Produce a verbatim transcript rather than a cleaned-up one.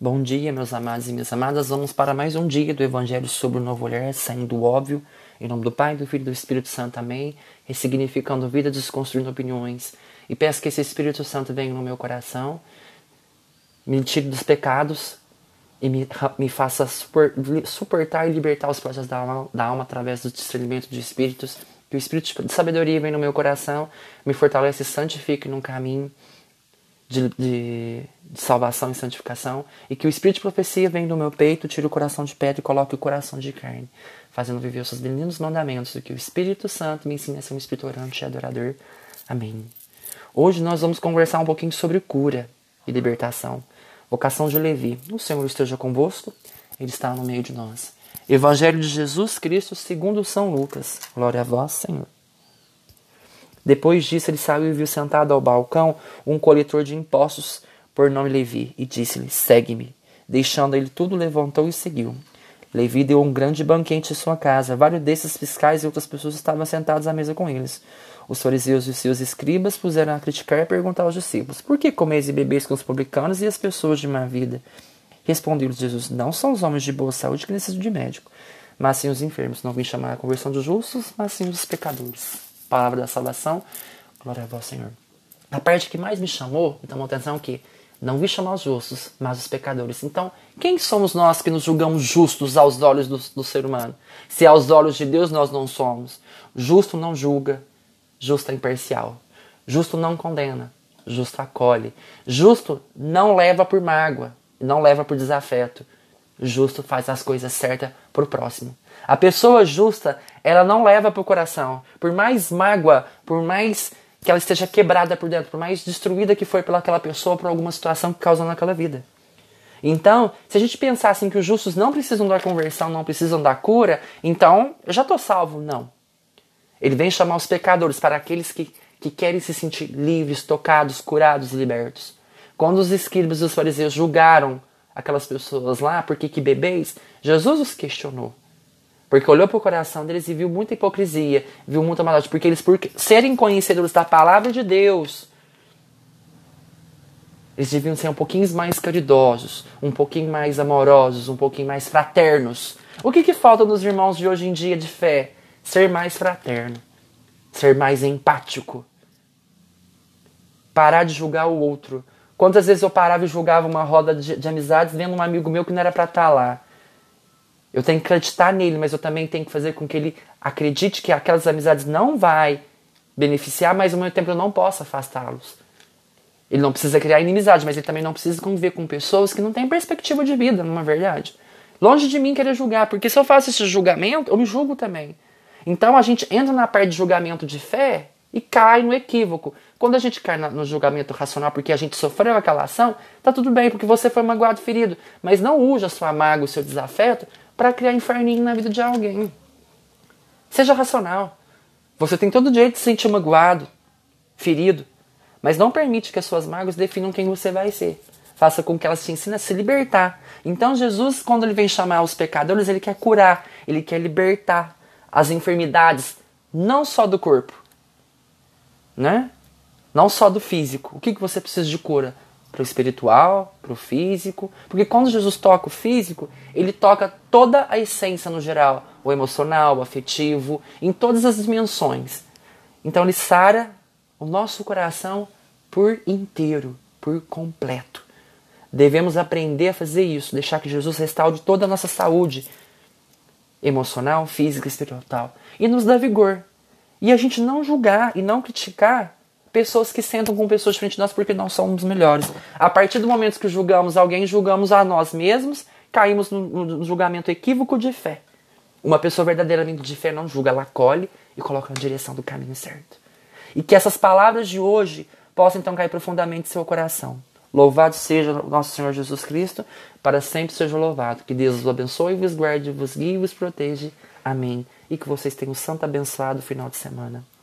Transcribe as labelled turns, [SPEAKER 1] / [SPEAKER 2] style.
[SPEAKER 1] Bom dia, meus amados e minhas amadas. Vamos para mais um dia do Evangelho sobre o Novo Olhar, saindo do óbvio. Em nome do Pai, do Filho e do Espírito Santo. Amém. Ressignificando vida, desconstruindo opiniões. E peço que esse Espírito Santo venha no meu coração, me tire dos pecados e me, me faça suportar e libertar os processos da alma, da alma através do discernimento de espíritos. Que o Espírito de sabedoria venha no meu coração, me fortalece e santifique num caminho De, de, de salvação e santificação, e que o Espírito de profecia venha do meu peito, tire o coração de pedra e coloque o coração de carne, fazendo viver os seus divinos mandamentos, e que o Espírito Santo me ensine a ser um espírito orante e adorador. Amém. Hoje nós vamos conversar um pouquinho sobre cura e libertação. Vocação de Levi. O Senhor esteja convosco, Ele está no meio de nós. Evangelho de Jesus Cristo segundo São Lucas. Glória a vós, Senhor. Depois disso, ele saiu e viu sentado ao balcão um coletor de impostos, por nome Levi, e disse-lhe: segue-me. Deixando ele tudo, levantou e seguiu. Levi deu um grande banquete em sua casa. Vários desses fiscais e outras pessoas estavam sentados à mesa com eles. Os fariseus e os seus escribas puseram a criticar e perguntar aos discípulos: por que comeis e bebeis com os publicanos e as pessoas de má vida? Respondeu-lhes Jesus: não são os homens de boa saúde que precisam de médico, mas sim os enfermos. Não vim chamar a conversão dos justos, mas sim os pecadores. Palavra da salvação, glória a vós, Senhor. A parte que mais me chamou, então atenção que não vi chamar os justos, mas os pecadores. Então, quem somos nós que nos julgamos justos aos olhos do, do ser humano? Se aos olhos de Deus nós não somos. Justo não julga, justo é imparcial. Justo não condena, justo acolhe. Justo não leva por mágoa, não leva por desafeto. Justo faz as coisas certas pro próximo. A pessoa justa, ela não leva pro coração. Por mais mágoa, por mais que ela esteja quebrada por dentro, por mais destruída que foi pelaquela pessoa por alguma situação que causou naquela vida. Então, se a gente pensar assim que os justos não precisam da conversão, não precisam da cura, então eu já estou salvo. Não. Ele vem chamar os pecadores para aqueles que, que querem se sentir livres, tocados, curados, libertos. Quando os escribas e os fariseus julgaram aquelas pessoas lá, por que que bebeis? Jesus os questionou. Porque olhou para o coração deles e viu muita hipocrisia, viu muita maldade. Porque eles, por serem conhecedores da palavra de Deus, eles deviam ser um pouquinho mais caridosos, um pouquinho mais amorosos, um pouquinho mais fraternos. O que que falta nos irmãos de hoje em dia de fé? Ser mais fraterno, ser mais empático, parar de julgar o outro. Quantas vezes eu parava e julgava uma roda de, de amizades vendo um amigo meu que não era para estar lá. Eu tenho que acreditar nele, mas eu também tenho que fazer com que ele acredite que aquelas amizades não vai beneficiar, mas ao mesmo tempo eu não posso afastá-los. Ele não precisa criar inimizade, mas ele também não precisa conviver com pessoas que não têm perspectiva de vida, não é verdade? Longe de mim querer julgar, porque se eu faço esse julgamento, eu me julgo também. Então a gente entra na parte de julgamento de fé e cai no equívoco. Quando a gente cai no julgamento racional porque a gente sofreu aquela ação, tá tudo bem, porque você foi magoado, ferido. Mas não use a sua mágoa, o seu desafeto, para criar inferninho na vida de alguém. Seja racional. Você tem todo o direito de se sentir magoado, ferido, mas não permite que as suas mágoas definam quem você vai ser. Faça com que elas te ensinem a se libertar. Então Jesus, quando ele vem chamar os pecadores, ele quer curar, ele quer libertar as enfermidades, não só do corpo, né? Não só do físico. O que que você precisa de cura? Para o espiritual, para o físico. Porque quando Jesus toca o físico, ele toca toda a essência no geral. O emocional, o afetivo, em todas as dimensões. Então ele sara o nosso coração por inteiro, por completo. Devemos aprender a fazer isso, deixar que Jesus restaure toda a nossa saúde emocional, física, espiritual. E nos dá vigor. E a gente não julgar e não criticar pessoas que sentam com pessoas diferentes de nós porque nós somos melhores. A partir do momento que julgamos alguém, julgamos a nós mesmos, caímos no, no julgamento equívoco de fé. Uma pessoa verdadeiramente de fé não julga, ela acolhe e coloca na direção do caminho certo. E que essas palavras de hoje possam então cair profundamente em seu coração. Louvado seja nosso Senhor Jesus Cristo, para sempre seja louvado. Que Deus vos abençoe, vos guarde, vos guie e vos proteja. Amém. E que vocês tenham um santo abençoado final de semana.